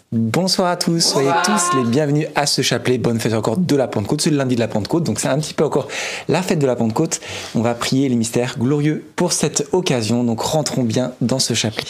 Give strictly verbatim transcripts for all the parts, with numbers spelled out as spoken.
Bonsoir à tous, soyez tous les bienvenus à ce chapelet. Bonne fête encore de la Pentecôte, c'est le lundi de la Pentecôte, donc c'est un petit peu encore la fête de la Pentecôte. On va prier les mystères glorieux pour cette occasion, donc rentrons bien dans ce chapelet.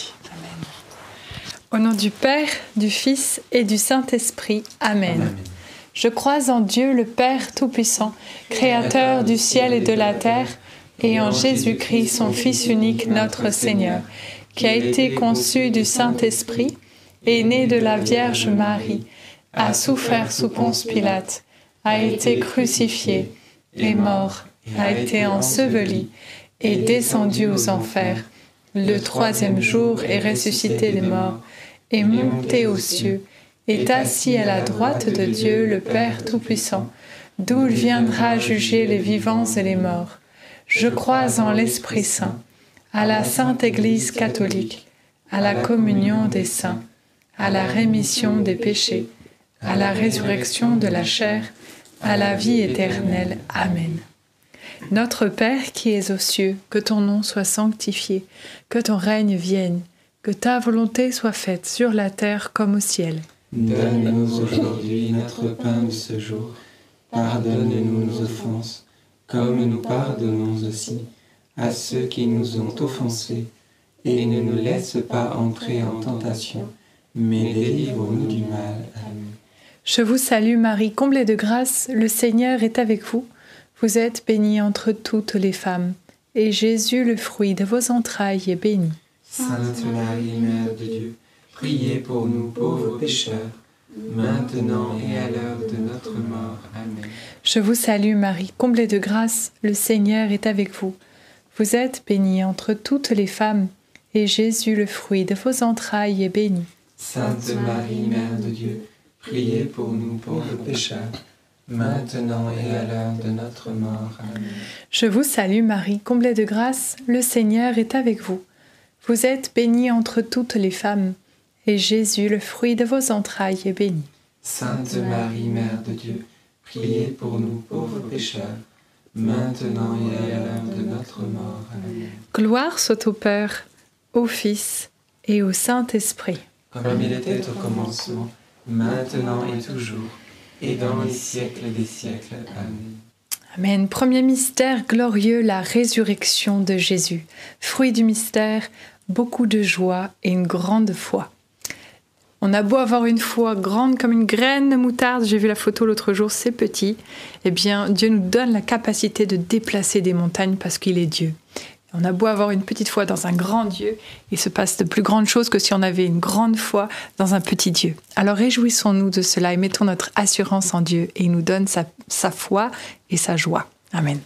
Au nom du Père, du Fils et du Saint-Esprit. Amen. Amen. Je crois en Dieu le Père Tout-Puissant, Créateur du ciel et de la terre, et en Jésus-Christ, son Fils unique, notre Seigneur, qui a été conçu du Saint-Esprit, est né de la Vierge Marie, a souffert sous Ponce Pilate, a été crucifié, est mort, a été enseveli, est descendu aux enfers. Le troisième jour est ressuscité des morts, est monté aux cieux, est assis à la droite de Dieu le Père Tout-Puissant, d'où il viendra juger les vivants et les morts. Je crois en l'Esprit Saint, à la Sainte Église catholique, à la communion des saints, à la rémission des péchés, à la résurrection de la chair, à la vie éternelle. Amen. Notre Père qui es aux cieux, que ton nom soit sanctifié, que ton règne vienne, que ta volonté soit faite sur la terre comme au ciel. Donne-nous aujourd'hui notre pain de ce jour. Pardonne-nous nos offenses, comme nous pardonnons aussi à ceux qui nous ont offensés. Et ne nous laisse pas entrer en tentation, mais délivre-nous du mal. Amen. Je vous salue Marie, comblée de grâce, le Seigneur est avec vous. Vous êtes bénie entre toutes les femmes, et Jésus, le fruit de vos entrailles, est béni. Sainte Marie, Mère de Dieu, priez pour nous pauvres pécheurs, maintenant et à l'heure de notre mort. Amen. Je vous salue Marie, comblée de grâce, le Seigneur est avec vous. Vous êtes bénie entre toutes les femmes, et Jésus, le fruit de vos entrailles, est béni. Sainte Marie, Mère de Dieu, priez pour nous pauvres pécheurs, maintenant et à l'heure de notre mort. Amen. Je vous salue Marie, comblée de grâce, le Seigneur est avec vous. Vous êtes bénie entre toutes les femmes, et Jésus, le fruit de vos entrailles, est béni. Sainte Marie, Mère de Dieu, priez pour nous pauvres pécheurs, maintenant et à l'heure de notre mort. Amen. Gloire soit au Père, au Fils et au Saint-Esprit. Comme il était au commencement, maintenant et toujours, et dans les siècles des siècles. Amen. Amen. Premier mystère glorieux, la résurrection de Jésus. Fruit du mystère, beaucoup de joie et une grande foi. On a beau avoir une foi grande comme une graine de moutarde, j'ai vu la photo l'autre jour, c'est petit, eh bien Dieu nous donne la capacité de déplacer des montagnes parce qu'il est Dieu. On a beau avoir une petite foi dans un grand Dieu, il se passe de plus grandes choses que si on avait une grande foi dans un petit Dieu. Alors réjouissons-nous de cela et mettons notre assurance en Dieu et il nous donne sa, sa foi et sa joie. Amen.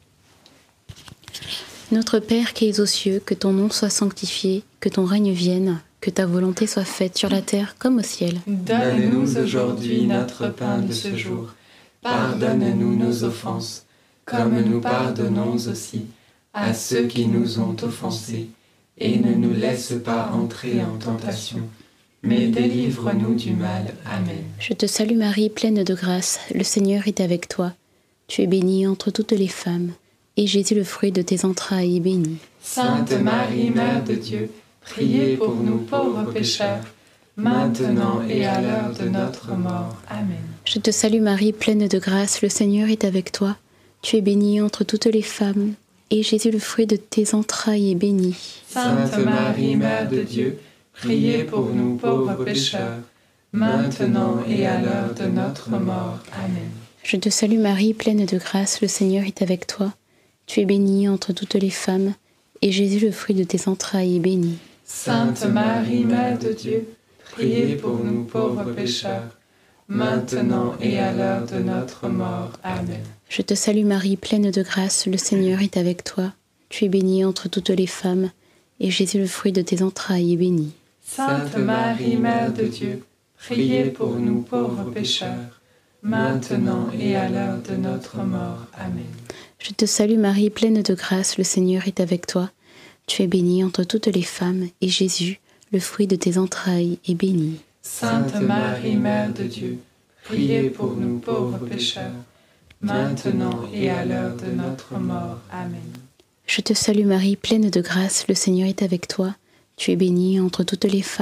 Notre Père qui es aux cieux, que ton nom soit sanctifié, que ton règne vienne, que ta volonté soit faite sur la terre comme au ciel. Donne-nous aujourd'hui notre pain de ce jour. Pardonne-nous nos offenses, comme nous pardonnons aussi à ceux qui nous ont offensés, et ne nous laisse pas entrer en tentation, mais délivre-nous du mal. Amen. Je te salue Marie, pleine de grâce, le Seigneur est avec toi. Tu es bénie entre toutes les femmes, et Jésus, le fruit de tes entrailles, est béni. Sainte Marie, Mère de Dieu, priez pour nous pauvres pécheurs, maintenant et à l'heure de notre mort. Amen. Je te salue Marie, pleine de grâce, le Seigneur est avec toi. Tu es bénie entre toutes les femmes, et Jésus, le fruit de tes entrailles, est béni. Sainte Marie, Mère de Dieu, priez pour nous pauvres pécheurs, maintenant et à l'heure de notre mort. Amen. Je te salue Marie, pleine de grâce, le Seigneur est avec toi. Tu es bénie entre toutes les femmes, et Jésus, le fruit de tes entrailles, est béni. Sainte Marie, Mère de Dieu, priez pour nous pauvres pécheurs, maintenant et à l'heure de notre mort. Amen. Je te salue Marie, pleine de grâce, le Seigneur est avec toi. Tu es bénie entre toutes les femmes, et Jésus, le fruit de tes entrailles, est béni. Sainte Marie, Mère de Dieu, priez pour nous pauvres pécheurs, maintenant et à l'heure de notre mort. Amen. Je te salue Marie, pleine de grâce, le Seigneur est avec toi. Tu es bénie entre toutes les femmes, et Jésus, le fruit de tes entrailles, est béni. Sainte Marie, Mère de Dieu, priez pour nous pauvres pécheurs, maintenant et à l'heure de notre mort. Amen. Je te salue Marie, pleine de grâce, le Seigneur est avec toi. Tu es bénie entre toutes les femmes,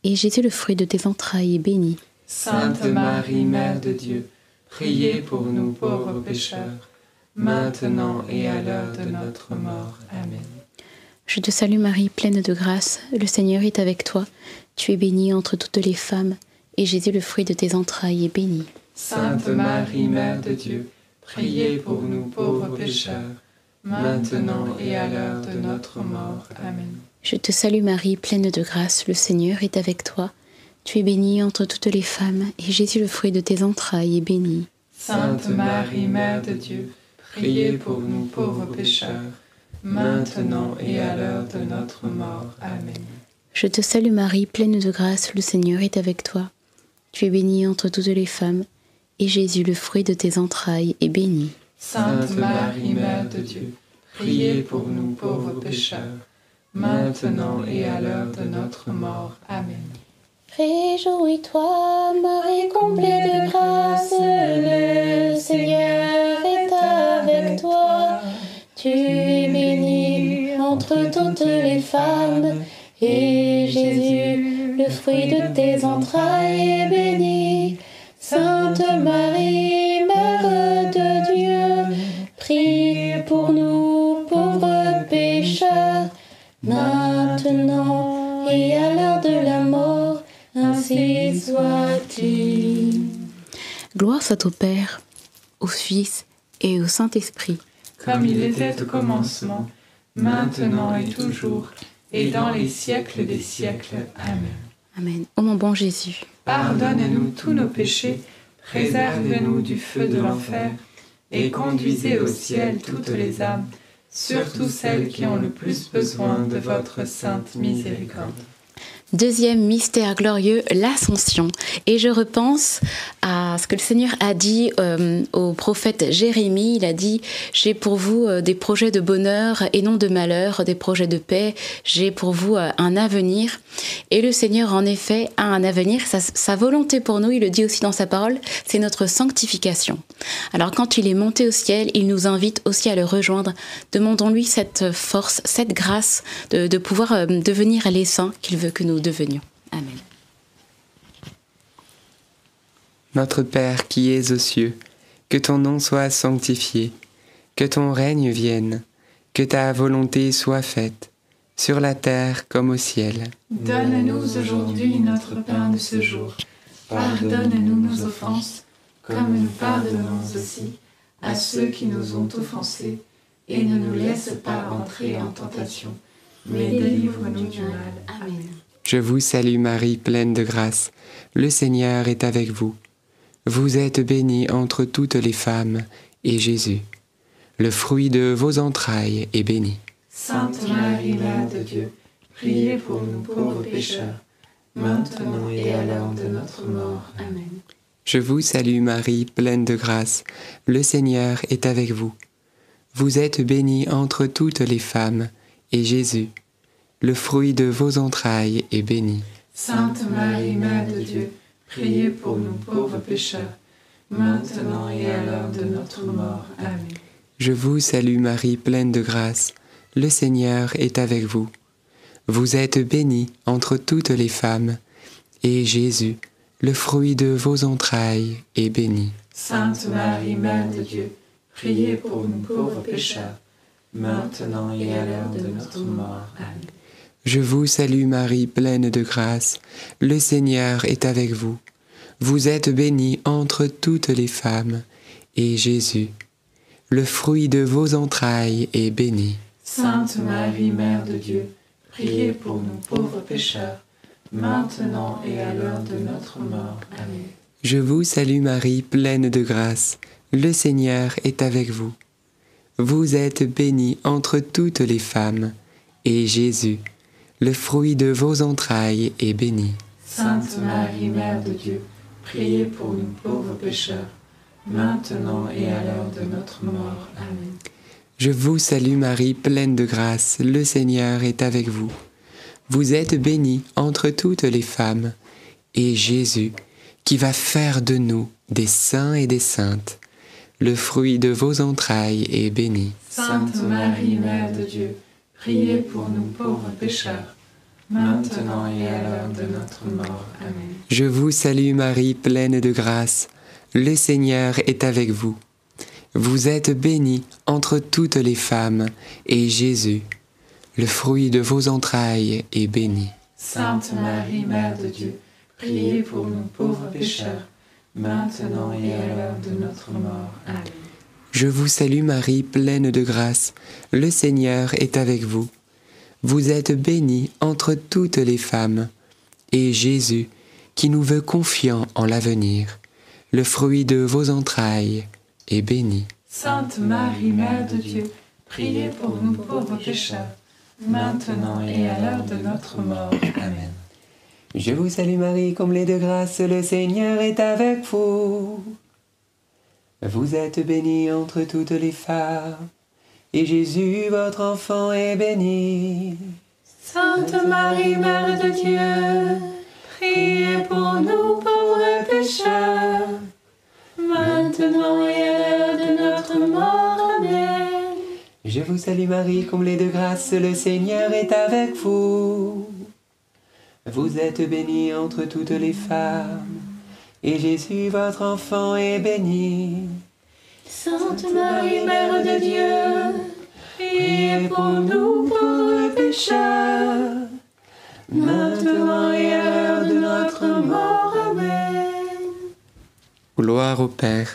et Jésus, le fruit de tes entrailles, est béni. Sainte Marie, Mère de Dieu, priez pour nous pauvres pécheurs, maintenant et à l'heure de notre mort. Amen. Je te salue Marie, pleine de grâce, le Seigneur est avec toi. Tu es bénie entre toutes les femmes, et Jésus, le fruit de tes entrailles, est béni. Sainte Marie, Mère de Dieu, priez pour nous pauvres pécheurs, maintenant et à l'heure de notre mort. Amen. Je te salue Marie, pleine de grâce, le Seigneur est avec toi. Tu es bénie entre toutes les femmes, et Jésus, le fruit de tes entrailles, est béni. Sainte Marie, Mère de Dieu, priez pour nous pauvres pécheurs, maintenant et à l'heure de notre mort. Amen. Je te salue Marie, pleine de grâce, le Seigneur est avec toi. Tu es bénie entre toutes les femmes, et Jésus, le fruit de tes entrailles, est béni. Sainte Marie, Mère de Dieu, priez pour nous pauvres pécheurs, maintenant et à l'heure de notre mort. Amen. Réjouis-toi, Marie, comblée de grâce, le Seigneur est avec toi. Tu es bénie entre toutes les femmes, et Jésus, le fruit de tes entrailles, est béni. Sainte Marie, Mère de Dieu, prie pour nous pauvres pécheurs, maintenant et à l'heure de la mort, ainsi soit-il. Gloire soit au Père, au Fils et au Saint-Esprit, comme il était au commencement, maintenant et toujours, et dans les siècles des siècles. Amen. Amen. Ô mon bon Jésus, pardonne-nous tous nos péchés, préservez-nous du feu de l'enfer, et conduisez au ciel toutes les âmes, surtout celles qui ont le plus besoin de votre sainte miséricorde. Deuxième mystère glorieux, l'Ascension. Et je repense à ce que le Seigneur a dit euh, au prophète Jérémie. Il a dit « J'ai pour vous euh, des projets de bonheur et non de malheur, des projets de paix. J'ai pour vous euh, un avenir. » Et le Seigneur, en effet, a un avenir. Sa, sa volonté pour nous, il le dit aussi dans sa parole, c'est notre sanctification. Alors quand il est monté au ciel, il nous invite aussi à le rejoindre. Demandons-lui cette force, cette grâce de, de pouvoir euh, devenir les saints qu'il veut que nous devenions. Amen. Notre Père qui es aux cieux, que ton nom soit sanctifié, que ton règne vienne, que ta volonté soit faite, sur la terre comme au ciel. Donne-nous aujourd'hui notre pain de ce jour. Pardonne-nous nos offenses, comme nous pardonnons aussi à ceux qui nous ont offensés, et ne nous laisse pas entrer en tentation, mais délivre-nous du mal. Amen. Je vous salue Marie, pleine de grâce, le Seigneur est avec vous. Vous êtes bénie entre toutes les femmes, et Jésus, le fruit de vos entrailles, est béni. Sainte Marie, Mère de Dieu, priez pour nous pauvres pécheurs, maintenant et à l'heure de notre mort. Amen. Je vous salue Marie, pleine de grâce, le Seigneur est avec vous. Vous êtes bénie entre toutes les femmes, et Jésus, le fruit de vos entrailles, est béni. Sainte Marie, Mère de Dieu, priez pour nous pauvres pécheurs, maintenant et à l'heure de notre mort. Amen. Je vous salue Marie, pleine de grâce, le Seigneur est avec vous. Vous êtes bénie entre toutes les femmes, et Jésus, le fruit de vos entrailles, est béni. Sainte Marie, Mère de Dieu, priez pour nous pauvres pécheurs, maintenant et à l'heure de notre mort. Amen. Je vous salue Marie, pleine de grâce, le Seigneur est avec vous. Vous êtes bénie entre toutes les femmes, et Jésus, le fruit de vos entrailles, est béni. Sainte Marie, Mère de Dieu, priez pour nous pauvres pécheurs, maintenant et à l'heure de notre mort. Amen. Je vous salue Marie, pleine de grâce, le Seigneur est avec vous. Vous êtes bénie entre toutes les femmes, et Jésus, le fruit de vos entrailles, est béni. Sainte Marie, Mère de Dieu, priez pour nous pauvres pécheurs, maintenant et à l'heure de notre mort. Amen. Je vous salue Marie, pleine de grâce, le Seigneur est avec vous. Vous êtes bénie entre toutes les femmes, et Jésus, qui va faire de nous des saints et des saintes, le fruit de vos entrailles, est béni. Sainte Marie, Mère de Dieu, priez pour nous pauvres pécheurs, maintenant et à l'heure de notre mort. Amen. Je vous salue Marie, pleine de grâce. Le Seigneur est avec vous. Vous êtes bénie entre toutes les femmes, et Jésus, le fruit de vos entrailles, est béni. Sainte Marie, Mère de Dieu, priez pour nous pauvres pécheurs, maintenant et à l'heure de notre mort. Amen. Je vous salue Marie, pleine de grâce. Le Seigneur est avec vous. Vous êtes bénie entre toutes les femmes, et Jésus, qui nous veut confiants en l'avenir, le fruit de vos entrailles, est béni. Sainte Marie, Mère de Dieu, priez pour nous pauvres pécheurs, maintenant et à l'heure de notre mort. Amen. Je vous salue Marie, comblée de grâce, le Seigneur est avec vous. Vous êtes bénie entre toutes les femmes, et Jésus, votre enfant, est béni. Sainte Marie, Mère de Dieu, priez pour nous pauvres pécheurs, maintenant et à l'heure de notre mort. Amen. Je vous salue Marie, comblée de grâce, le Seigneur est avec vous. Vous êtes bénie entre toutes les femmes, et Jésus, votre enfant, est béni. Sainte Marie, Mère de Dieu, priez pour nous pauvres pécheurs, maintenant et à l'heure de notre mort. Amen. Gloire au Père,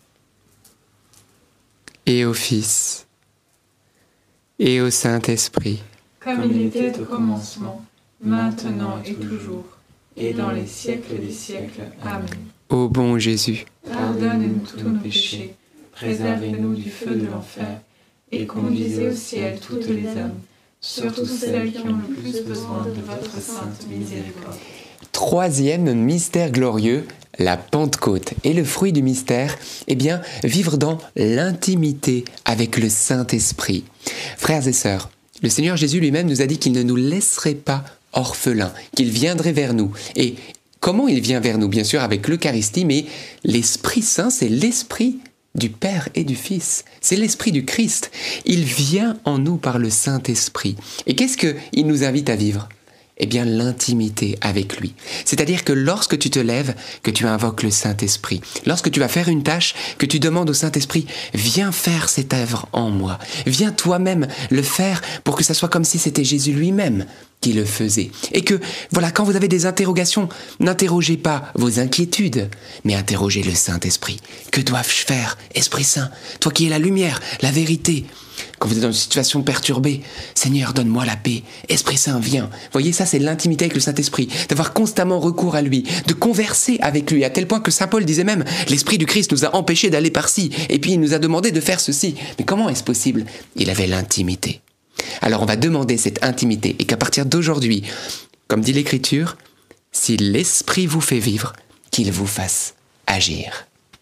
et au Fils, et au Saint-Esprit. Comme il était au commencement, maintenant et toujours, et dans les siècles des siècles. Amen. Ô bon Jésus, pardonne-nous tous nos péchés, préservez-nous du feu de l'enfer, et conduisez au ciel toutes les âmes, surtout celles qui ont le plus besoin de votre sainte miséricorde. Troisième mystère glorieux, la Pentecôte. Et le fruit du mystère, eh bien, vivre dans l'intimité avec le Saint-Esprit. Frères et sœurs, le Seigneur Jésus lui-même nous a dit qu'il ne nous laisserait pas orphelins, qu'il viendrait vers nous. Et comment il vient vers nous? Bien sûr avec l'Eucharistie, mais l'Esprit Saint, c'est l'Esprit du Père et du Fils. C'est l'Esprit du Christ. Il vient en nous par le Saint-Esprit. Et qu'est-ce qu'il nous invite à vivre? Eh bien, l'intimité avec lui. C'est-à-dire que lorsque tu te lèves, que tu invoques le Saint-Esprit, lorsque tu vas faire une tâche, que tu demandes au Saint-Esprit, viens faire cette œuvre en moi, viens toi-même le faire pour que ça soit comme si c'était Jésus lui-même qui le faisait. Et que, voilà, quand vous avez des interrogations, n'interrogez pas vos inquiétudes, mais interrogez le Saint-Esprit. Que dois-je faire, Esprit Saint, toi qui es la lumière, la vérité? Quand vous êtes dans une situation perturbée, Seigneur, donne-moi la paix. Esprit Saint, viens. Vous voyez, ça, c'est l'intimité avec le Saint-Esprit. D'avoir constamment recours à lui, de converser avec lui, à tel point que Saint Paul disait même, l'Esprit du Christ nous a empêchés d'aller par-ci, et puis il nous a demandé de faire ceci. Mais comment est-ce possible? Il avait l'intimité. Alors on va demander cette intimité, et qu'à partir d'aujourd'hui, comme dit l'Écriture, si l'Esprit vous fait vivre, qu'il vous fasse agir.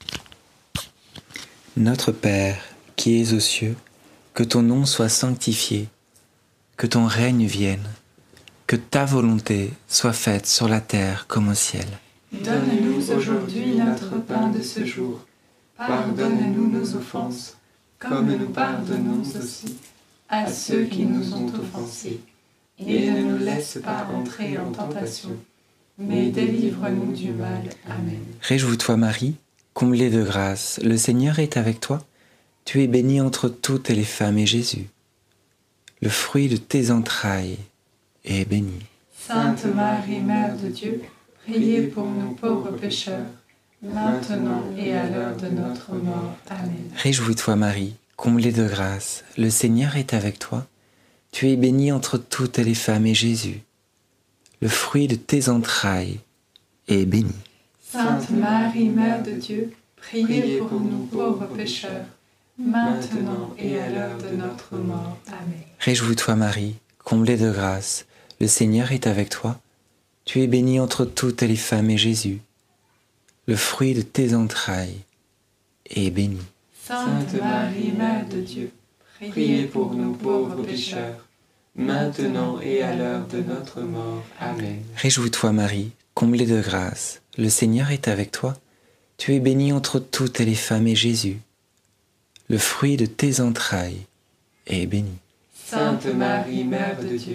Notre Père, qui es aux cieux, que ton nom soit sanctifié, que ton règne vienne, que ta volonté soit faite sur la terre comme au ciel. Donne-nous aujourd'hui notre pain de ce jour. Pardonne-nous nos offenses, comme nous pardonnons aussi à ceux qui nous ont offensés. Et ne nous laisse pas entrer en tentation, mais délivre-nous du mal. Amen. Réjouis-toi Marie, comblée de grâce, le Seigneur est avec toi. Tu es bénie entre toutes les femmes, et Jésus, le fruit de tes entrailles, est béni. Sainte Marie, Mère de Dieu, priez pour nous pauvres pécheurs, maintenant et à l'heure de notre mort. Amen. Réjouis-toi Marie, comblée de grâce, le Seigneur est avec toi. Tu es bénie entre toutes les femmes, et Jésus, le fruit de tes entrailles, est béni. Sainte Marie, Mère de Dieu, priez pour nous pauvres pécheurs, maintenant et à l'heure de notre mort. Amen. Réjouis-toi Marie, comblée de grâce, le Seigneur est avec toi. Tu es bénie entre toutes les femmes, et Jésus, le fruit de tes entrailles, est béni. Sainte Marie, Mère de Dieu, priez pour nous pauvres pécheurs, maintenant et à l'heure de notre mort. Amen. Réjouis-toi Marie, comblée de grâce, le Seigneur est avec toi. Tu es bénie entre toutes les femmes, et Jésus, le fruit de tes entrailles, est béni. Sainte Marie, Mère de Dieu,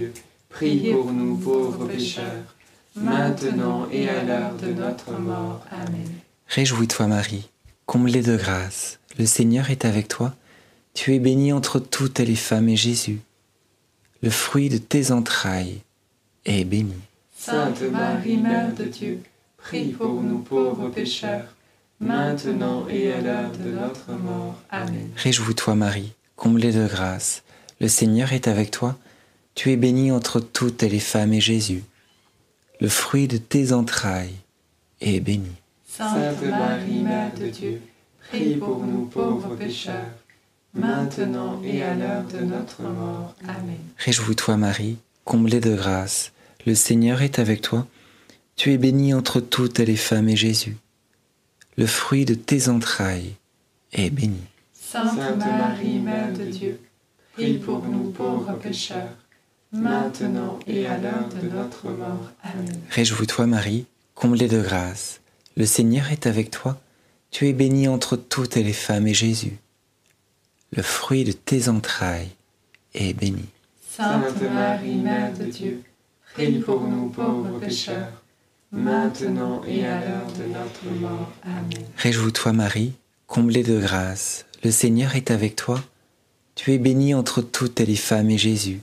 Prie pour nous pauvres pécheurs, maintenant et à l'heure de notre mort. Amen. Réjouis-toi Marie, comblée de grâce, le Seigneur est avec toi. Tu es bénie entre toutes les femmes et Jésus, le fruit de tes entrailles, est béni. Sainte Marie, Mère de Dieu, prie pour nous pauvres pécheurs, maintenant et à l'heure de notre mort. Amen. Réjouis-toi Marie, comblée de grâce, le Seigneur est avec toi. Tu es bénie entre toutes les femmes et Jésus, le fruit de tes entrailles, est béni. Sainte Marie, Mère de Dieu, prie pour nous pauvres pécheurs, maintenant et à l'heure de notre mort. Amen. Réjouis-toi Marie, comblée de grâce, le Seigneur est avec toi. Tu es bénie entre toutes les femmes et Jésus, le fruit de tes entrailles, est béni. Sainte Marie, Mère de Dieu, prie pour nous pauvres pécheurs, maintenant et à l'heure de notre mort. Amen. Réjouis-toi Marie, comblée de grâce, le Seigneur est avec toi. Tu es bénie entre toutes les femmes et Jésus, le fruit de tes entrailles, est béni. Sainte Marie, Mère de Dieu, prie pour nous pauvres pécheurs, maintenant et à l'heure de notre mort. Amen. Réjouis-toi Marie, comblée de grâce, le Seigneur est avec toi. Tu es bénie entre toutes les femmes et Jésus,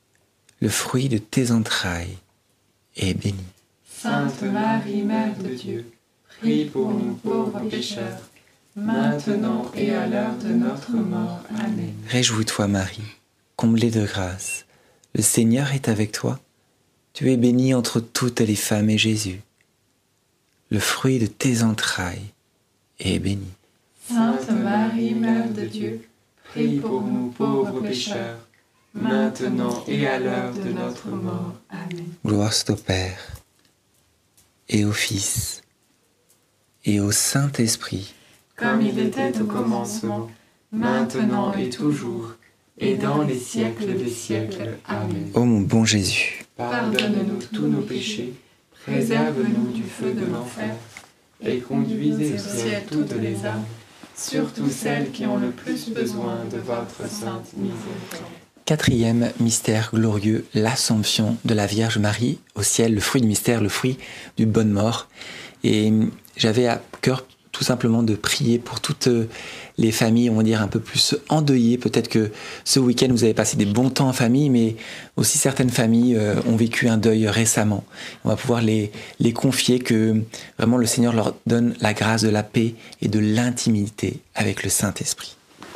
le fruit de tes entrailles, est béni. Sainte Marie, Mère de Dieu, prie pour nous pauvres pécheurs, maintenant et à l'heure de notre mort. Amen. Réjouis-toi Marie, comblée de grâce, le Seigneur est avec toi. Tu es bénie entre toutes les femmes et Jésus, le fruit de tes entrailles, est béni. Sainte Marie, Mère de Dieu, prie pour nous pauvres pécheurs, maintenant et à l'heure de notre mort. Amen. Gloire soit au Père, et au Fils, et au Saint-Esprit, comme il était au commencement, maintenant et toujours, et dans les siècles des siècles. Amen. Ô mon bon Jésus, pardonne-nous tous nos péchés, préserve-nous du feu de l'enfer, et conduisez au ciel toutes les âmes, surtout celles qui ont le plus besoin de votre sainte miséricorde. Quatrième mystère glorieux, l'Assomption de la Vierge Marie au ciel, le fruit du mystère, le fruit du bonne mort. Et j'avais à cœur tout simplement de prier pour toutes les familles, on va dire, un peu plus endeuillées. Peut-être que ce week-end, vous avez passé des bons temps en famille, mais aussi certaines familles euh, ont vécu un deuil récemment. On va pouvoir les, les confier, que vraiment le Seigneur leur donne la grâce de la paix et de l'intimité avec le Saint-Esprit.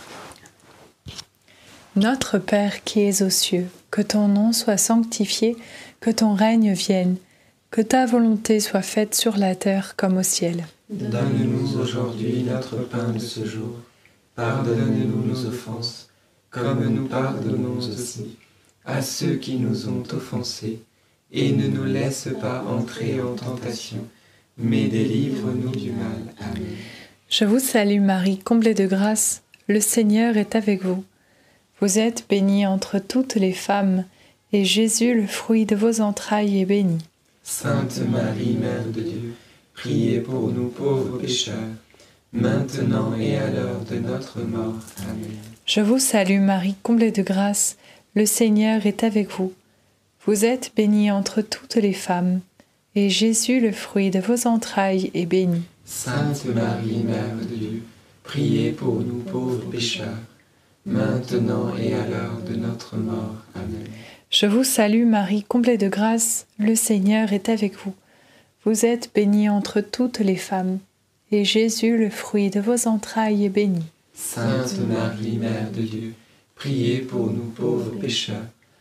Notre Père qui es aux cieux, que ton nom soit sanctifié, que ton règne vienne, que ta volonté soit faite sur la terre comme au ciel. Donne-nous aujourd'hui notre pain de ce jour. Pardonne-nous nos offenses, comme nous pardonnons aussi à ceux qui nous ont offensés. Et ne nous laisse pas entrer en tentation, mais délivre-nous du mal. Amen. Je vous salue Marie, comblée de grâce, le Seigneur est avec vous. Vous êtes bénie entre toutes les femmes, et Jésus, le fruit de vos entrailles, est béni. Sainte Marie, Mère de Dieu, priez pour nous pauvres pécheurs, maintenant et à l'heure de notre mort. Amen. Je vous salue Marie, comblée de grâce, le Seigneur est avec vous. Vous êtes bénie entre toutes les femmes, et Jésus, le fruit de vos entrailles, est béni. Sainte Marie, Mère de Dieu, priez pour nous pauvres pécheurs, maintenant et à l'heure de notre mort. Amen. Je vous salue Marie, comblée de grâce, le Seigneur est avec vous. Vous êtes bénie entre toutes les femmes, et Jésus, le fruit de vos entrailles, est béni. Sainte Marie, Mère de Dieu, priez pour nous pauvres pécheurs,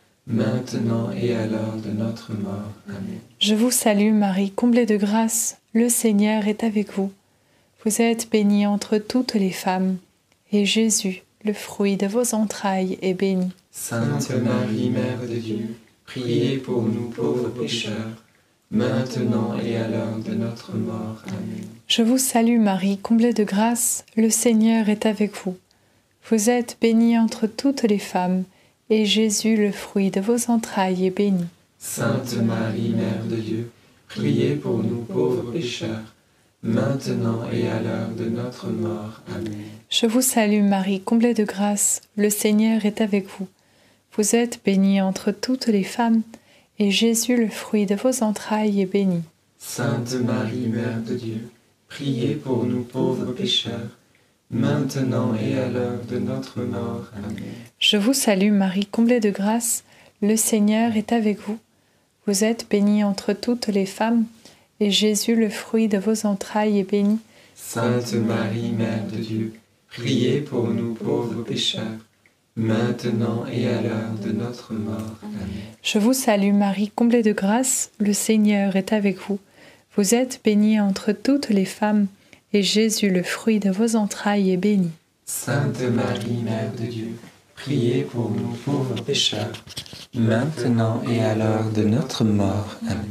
maintenant et à l'heure de notre mort. Amen. Je vous salue Marie, comblée de grâce, le Seigneur est avec vous. Vous êtes bénie entre toutes les femmes, et Jésus, le fruit de vos entrailles, est béni. Sainte Marie, Mère de Dieu, priez pour nous pauvres pécheurs, maintenant et à l'heure de notre mort. Amen. Je vous salue Marie, comblée de grâce, le Seigneur est avec vous. Vous êtes bénie entre toutes les femmes, et Jésus, le fruit de vos entrailles, est béni. Sainte Marie, Mère de Dieu, priez pour nous pauvres pécheurs, maintenant et à l'heure de notre mort. Amen. Je vous salue Marie, comblée de grâce, le Seigneur est avec vous. Vous êtes bénie entre toutes les femmes, et Jésus, le fruit de vos entrailles, est béni. Sainte Marie, Mère de Dieu, priez pour nous pauvres pécheurs, maintenant et à l'heure de notre mort. Amen. Je vous salue Marie, comblée de grâce, le Seigneur est avec vous. Vous êtes bénie entre toutes les femmes, et Jésus, le fruit de vos entrailles, est béni. Sainte Marie, Mère de Dieu, priez pour nous pauvres pécheurs, maintenant et à l'heure de notre mort. Amen. Je vous salue Marie, comblée de grâce, le Seigneur est avec vous. Vous êtes bénie entre toutes les femmes, et Jésus, le fruit de vos entrailles, est béni. Sainte Marie, Mère de Dieu, priez pour nous pauvres pécheurs, maintenant et à l'heure de notre mort. Amen.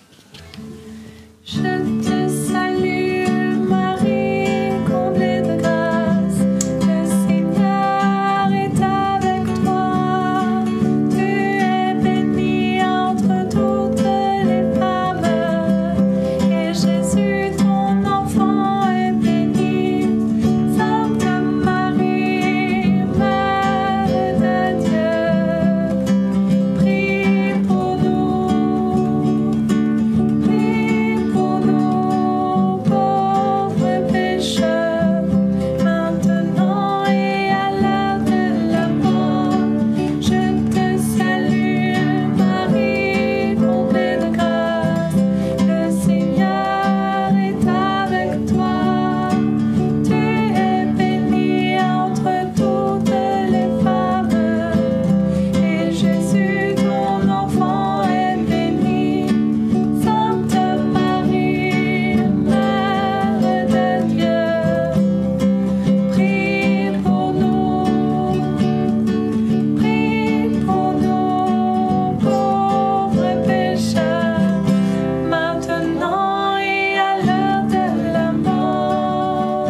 Je te salue Marie, comblée de grâce, le Seigneur est avec toi. Tu es bénie entre toutes les femmes, et Jésus, ton enfant, est béni. Sainte Marie, Mère de Dieu, prie pour nous. Prie pour nous, pauvres pécheurs, maintenant et à l'heure de la mort. Je te salue, Marie, comblée de grâce, le Seigneur est avec toi. Tu es bénie entre toutes les femmes, et Jésus, ton enfant, est béni. Sainte Marie, Mère de Dieu, prie pour nous. Prie pour nous, pauvres pécheurs, maintenant et à l'heure de la mort.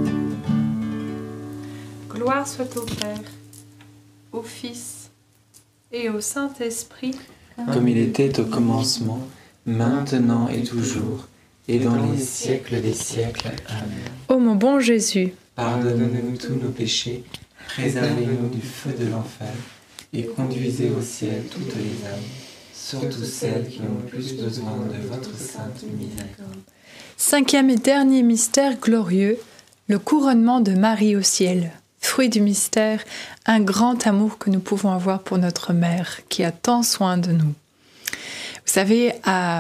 Gloire soit au Père, au Fils et au Saint-Esprit, Comme il était au commencement, maintenant et toujours, et dans les siècles des siècles. Amen. ô mon bon Jésus, Pardonne-nous tous nos péchés, préservez-nous du feu de l'enfer, et conduisez au ciel toutes les âmes, surtout celles qui ont le plus besoin de votre sainte miséricorde. cinquième et dernier mystère glorieux, le couronnement de Marie au ciel. Fruit du mystère, un grand amour que nous pouvons avoir pour notre mère, qui a tant soin de nous. Vous savez, à,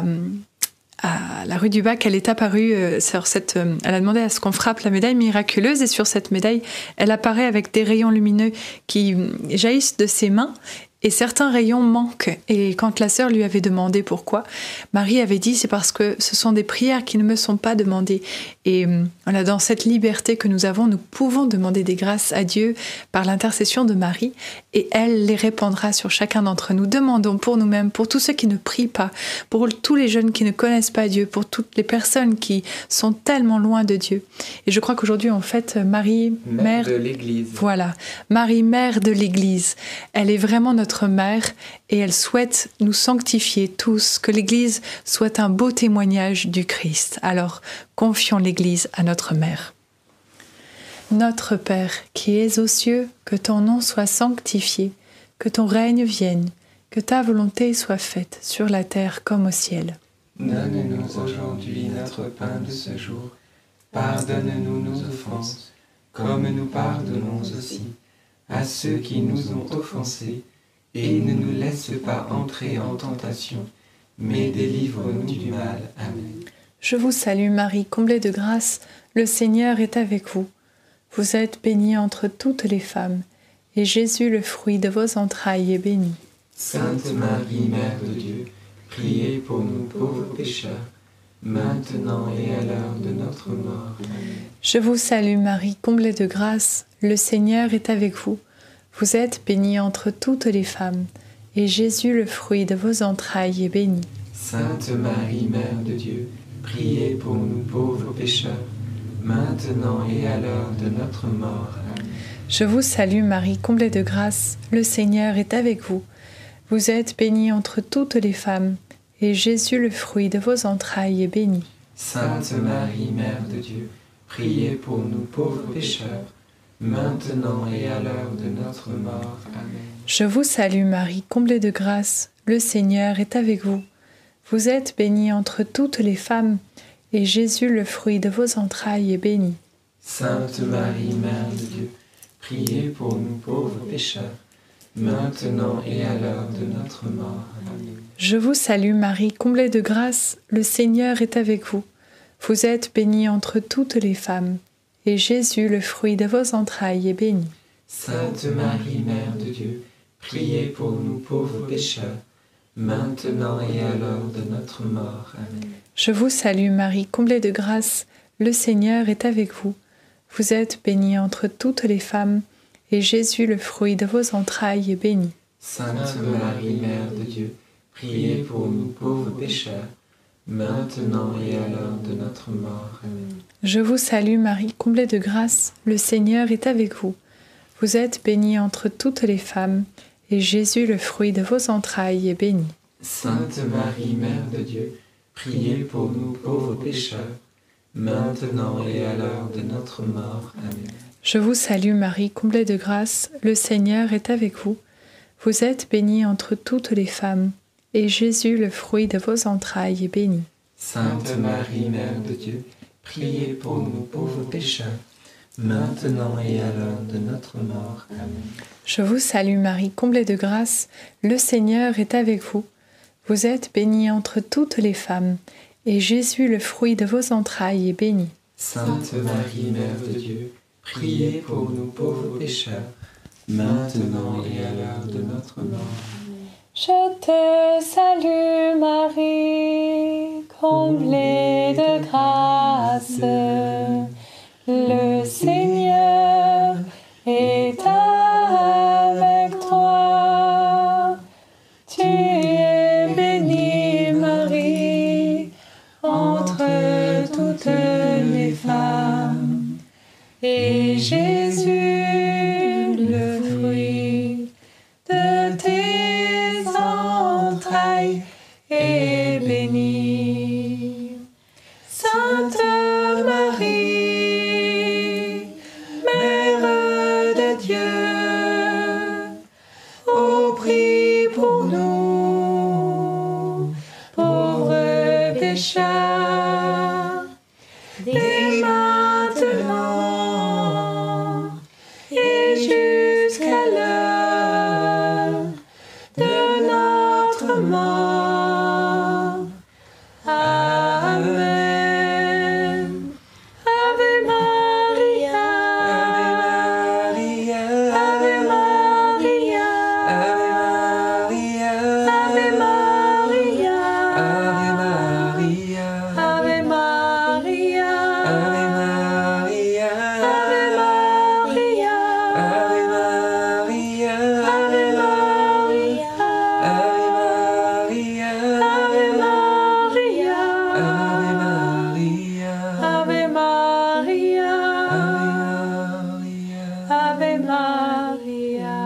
à la rue du Bac, elle est apparue euh, sur cette... euh, elle a demandé à ce qu'on frappe la médaille miraculeuse, et sur cette médaille, elle apparaît avec des rayons lumineux qui euh, jaillissent de ses mains, et certains rayons manquent. Et quand la sœur lui avait demandé pourquoi, Marie avait dit, c'est parce que ce sont des prières qui ne me sont pas demandées. Et euh, voilà, dans cette liberté que nous avons, nous pouvons demander des grâces à Dieu par l'intercession de Marie, et elle les répandra sur chacun d'entre nous. Demandons pour nous-mêmes, pour tous ceux qui ne prient pas, pour tous les jeunes qui ne connaissent pas Dieu, pour toutes les personnes qui sont tellement loin de Dieu. Et je crois qu'aujourd'hui, en fait, Marie, Mère mère... de l'Église. Voilà, Marie, mère de l'Église, elle est vraiment notre mère, et elle souhaite nous sanctifier tous, que l'Église soit un beau témoignage du Christ. Alors, confions l'Église à notre mère. Notre Père, qui es aux cieux, que ton nom soit sanctifié, que ton règne vienne, que ta volonté soit faite sur la terre comme au ciel. Donne-nous aujourd'hui notre pain de ce jour. Pardonne-nous nos offenses, comme nous pardonnons aussi à ceux qui nous ont offensés. Et ne nous laisse pas entrer en tentation, mais délivre-nous du mal. Amen. Je vous salue Marie, comblée de grâce, le Seigneur est avec vous. Vous êtes bénie entre toutes les femmes, et Jésus, le fruit de vos entrailles, est béni. Sainte Marie, Mère de Dieu, priez pour nous pauvres pécheurs, maintenant et à l'heure de notre mort. Amen. Je vous salue Marie, comblée de grâce, le Seigneur est avec vous. Vous êtes bénie entre toutes les femmes, et Jésus, le fruit de vos entrailles, est béni. Sainte Marie, Mère de Dieu, priez pour nous pauvres pécheurs, maintenant et à l'heure de notre mort. Amen. Je vous salue Marie, comblée de grâce, le Seigneur est avec vous. Vous êtes bénie entre toutes les femmes, et Jésus, le fruit de vos entrailles, est béni. Sainte Marie, Mère de Dieu, priez pour nous pauvres pécheurs, maintenant et à l'heure de notre mort. Amen. Je vous salue Marie, comblée de grâce, le Seigneur est avec vous. Vous êtes bénie entre toutes les femmes, et Jésus, le fruit de vos entrailles, est béni. Sainte Marie, Mère de Dieu, priez pour nous pauvres pécheurs, maintenant et à l'heure de notre mort. Amen. Je vous salue Marie, comblée de grâce, le Seigneur est avec vous. Vous êtes bénie entre toutes les femmes, et Jésus, le fruit de vos entrailles, est béni. Sainte Marie, Mère de Dieu, priez pour nous pauvres pécheurs, maintenant et à l'heure de notre mort. Amen. Je vous salue Marie, comblée de grâce, le Seigneur est avec vous. Vous êtes bénie entre toutes les femmes, et Jésus, le fruit de vos entrailles, est béni. Sainte Marie, Mère de Dieu, priez pour nous pauvres pécheurs, maintenant et à l'heure de notre mort. Amen. Je vous salue Marie, comblée de grâce, le Seigneur est avec vous. Vous êtes bénie entre toutes les femmes, et Jésus, le fruit de vos entrailles, est béni. Sainte Marie, Mère de Dieu, priez pour nous pauvres pécheurs, maintenant et à l'heure de notre mort. Amen. Je vous salue Marie, comblée de grâce, le Seigneur est avec vous. Vous êtes bénie entre toutes les femmes, et Jésus, le fruit de vos entrailles, est béni. Sainte Marie, Mère de Dieu, priez pour nous pauvres pécheurs, maintenant et à l'heure de notre mort. Amen. Je vous salue Marie, comblée de grâce, le Seigneur est avec vous. Vous êtes bénie entre toutes les femmes, et Jésus, le fruit de vos entrailles, est béni. Sainte Marie, Mère de Dieu, priez pour nous pauvres pécheurs, maintenant et à l'heure de notre mort. Je te salue Marie, comblée de grâce, le Seigneur est avec toi. Tu es bénie Marie, entre toutes les femmes, et Jésus, le fruit de tes entrailles, est béni. Sainte Marie, Mère de Dieu, ô prie pour nous, pauvres pécheurs, dès maintenant et jusqu'à l'heure de notre mort. Amen. Ave Maria, Ave Maria, Ave Maria, Ave Maria, Ave Maria, Ave Maria, Ave Maria, Ave Maria, Ave Maria.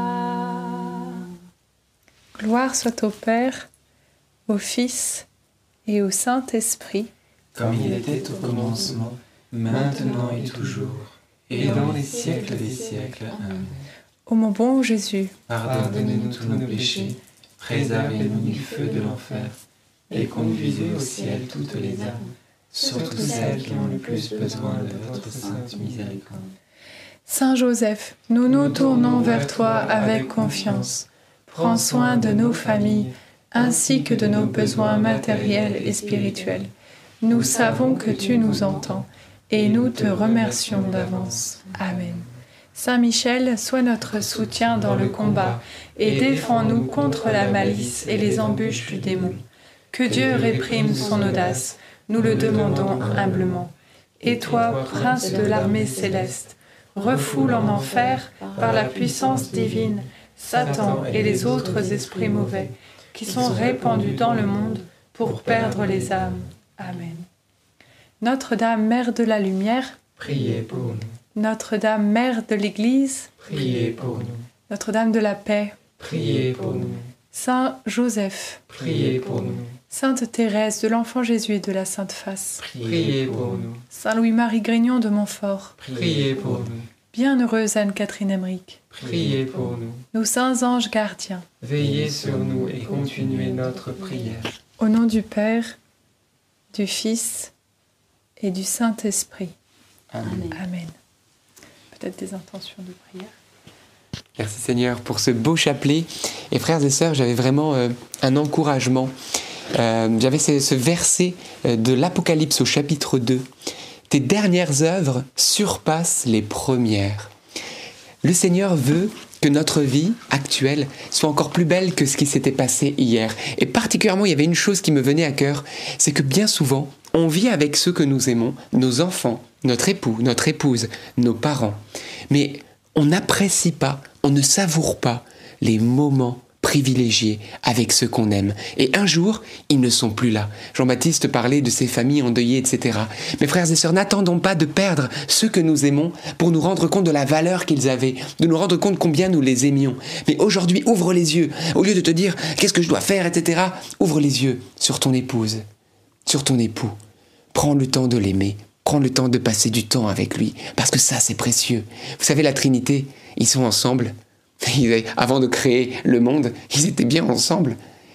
Gloire soit au Père, au Fils et au Saint-Esprit, Comme il était au commencement, maintenant et toujours, et dans les siècles des siècles. Amen. ô mon bon Jésus, Pardonnez-nous tous nos péchés, préservez-nous du feu de l'enfer, et conduisez au ciel toutes les âmes, surtout celles qui ont le plus besoin de votre sainte miséricorde. Saint Joseph, nous nous tournons vers toi avec confiance. Prends soin de nos familles, ainsi que de nos besoins matériels et spirituels. Nous savons que tu nous entends, et nous te remercions d'avance. Amen. Saint Michel, sois notre soutien dans le combat, et défends-nous contre la malice et les embûches du démon. Que Dieu réprime son audace, nous le demandons humblement. Et toi, prince de l'armée céleste, refoule en enfer, par la puissance divine, Satan et les autres esprits mauvais, qui sont répandus dans le monde pour perdre les âmes. Amen. Notre-Dame, Mère de la Lumière, Priez pour nous, Notre-Dame, Mère de l'Église, priez pour nous, Notre-Dame de la Paix, priez pour nous, Saint Joseph, priez pour nous, Sainte Thérèse de l'Enfant Jésus et de la Sainte Face, priez pour nous, Saint Louis-Marie Grignon de Montfort, priez pour nous, Bienheureuse Anne-Catherine Emmerich, Priez pour nous. nos saints anges gardiens, Veillez sur nous et continuez notre prière. au nom du Père, du Fils et du Saint-Esprit. Amen. Amen. Peut-être des intentions de prière. Merci Seigneur pour ce beau chapelet. Et frères et sœurs, j'avais vraiment euh, un encouragement. Euh, j'avais ce, ce verset euh, de l'Apocalypse au chapitre deux. Tes dernières œuvres surpassent les premières. Le Seigneur veut que notre vie actuelle soit encore plus belle que ce qui s'était passé hier. Et particulièrement, il y avait une chose qui me venait à cœur, c'est que bien souvent, on vit avec ceux que nous aimons, nos enfants, notre époux, notre épouse, nos parents. Mais on n'apprécie pas, on ne savoure pas les moments privilégiés avec ceux qu'on aime. Et un jour, ils ne sont plus là. Jean-Baptiste parlait de ses familles endeuillées, et cetera. Mes frères et sœurs, n'attendons pas de perdre ceux que nous aimons pour nous rendre compte de la valeur qu'ils avaient, de nous rendre compte combien nous les aimions. Mais aujourd'hui, ouvre les yeux. Au lieu de te dire « qu'est-ce que je dois faire ?» et cetera. Ouvre les yeux sur ton épouse, sur ton époux. Prends le temps de l'aimer. Prends le temps de passer du temps avec lui. Parce que ça, c'est précieux. Vous savez, la Trinité, ils sont ensemble. Avant de créer le monde, ils étaient bien ensemble.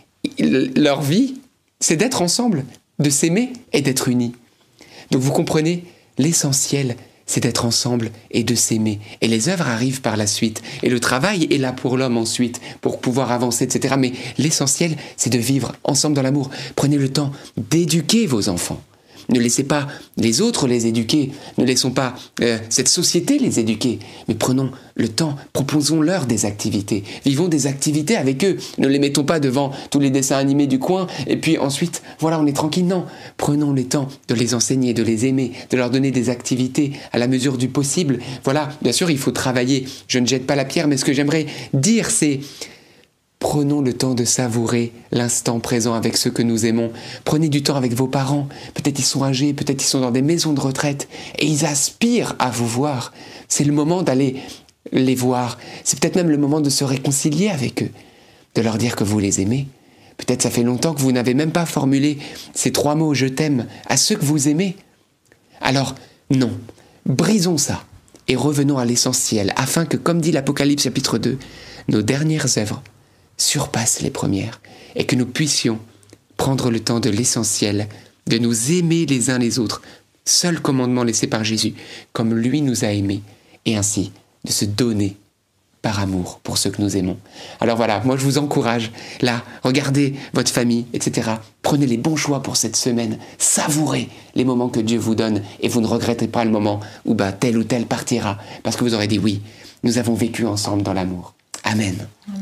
Leur vie, c'est d'être ensemble, de s'aimer et d'être unis. Donc vous comprenez, l'essentiel, c'est d'être ensemble et de s'aimer. Et les œuvres arrivent par la suite. Et le travail est là pour l'homme ensuite, pour pouvoir avancer, et cetera. Mais l'essentiel, c'est de vivre ensemble dans l'amour. Prenez le temps d'éduquer vos enfants. Ne laissez pas les autres les éduquer, ne laissons pas euh, cette société les éduquer, mais prenons le temps, proposons-leur des activités, vivons des activités avec eux, ne les mettons pas devant tous les dessins animés du coin, et puis ensuite, voilà, on est tranquille, non, prenons le temps de les enseigner, de les aimer, de leur donner des activités à la mesure du possible, voilà, bien sûr, il faut travailler, je ne jette pas la pierre, mais ce que j'aimerais dire, c'est... Prenons le temps de savourer l'instant présent avec ceux que nous aimons. Prenez du temps avec vos parents. Peut-être ils sont âgés, peut-être ils sont dans des maisons de retraite et ils aspirent à vous voir. C'est le moment d'aller les voir. C'est peut-être même le moment de se réconcilier avec eux, de leur dire que vous les aimez. Peut-être ça fait longtemps que vous n'avez même pas formulé ces trois mots « je t'aime » à ceux que vous aimez. Alors, non, brisons ça et revenons à l'essentiel afin que, comme dit l'Apocalypse chapitre deux, nos dernières œuvres surpassent les premières et que nous puissions prendre le temps de l'essentiel, de nous aimer les uns les autres, seul commandement laissé par Jésus, comme lui nous a aimés, et ainsi de se donner par amour pour ceux que nous aimons. Alors voilà, moi je vous encourage, là, regardez votre famille, et cetera. Prenez les bons choix pour cette semaine, savourez les moments que Dieu vous donne et vous ne regretterez pas le moment où bah, tel ou tel partira, parce que vous aurez dit oui, nous avons vécu ensemble dans l'amour. Amen. Amen.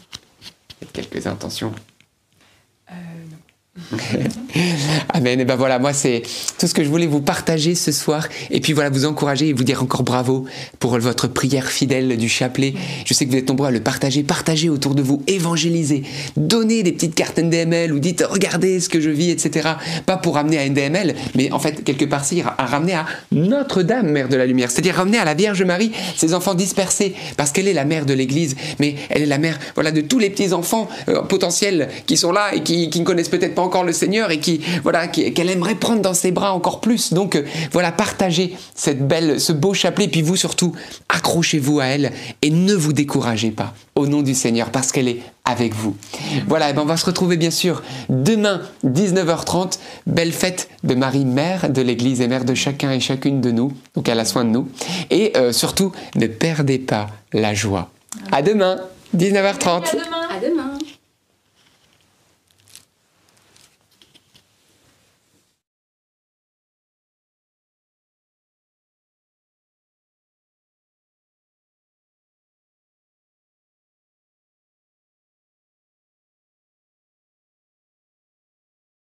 Quelques intentions. Euh, non. Amen. Et ben voilà, moi c'est tout ce que je voulais vous partager ce soir. Et puis voilà, vous encourager et vous dire encore bravo pour votre prière fidèle du chapelet. Je sais que vous êtes nombreux à le partager. Partagez autour de vous, évangélisez, donnez des petites cartes N D M L ou dites regardez ce que je vis, et cetera. Pas pour ramener à N D M L, mais en fait quelque part c'est à ramener à Notre-Dame, Mère de la Lumière. C'est-à-dire ramener à la Vierge Marie ces enfants dispersés, parce qu'elle est la mère de l'Église, mais elle est la mère, voilà, de tous les petits enfants euh, potentiels qui sont là et qui, qui ne connaissent peut-être pas encore le Seigneur et qui, voilà, qui, qu'elle aimerait prendre dans ses bras encore plus. Donc euh, voilà, partagez cette belle, ce beau chapelet, puis vous surtout accrochez-vous à elle et ne vous découragez pas au nom du Seigneur, parce qu'elle est avec vous. Voilà, et ben on va se retrouver bien sûr demain dix-neuf heures trente, belle fête de Marie, mère de l'Église et mère de chacun et chacune de nous, donc elle a soin de nous, et euh, surtout ne perdez pas la joie. À demain, dix-neuf heures trente. À demain. À demain.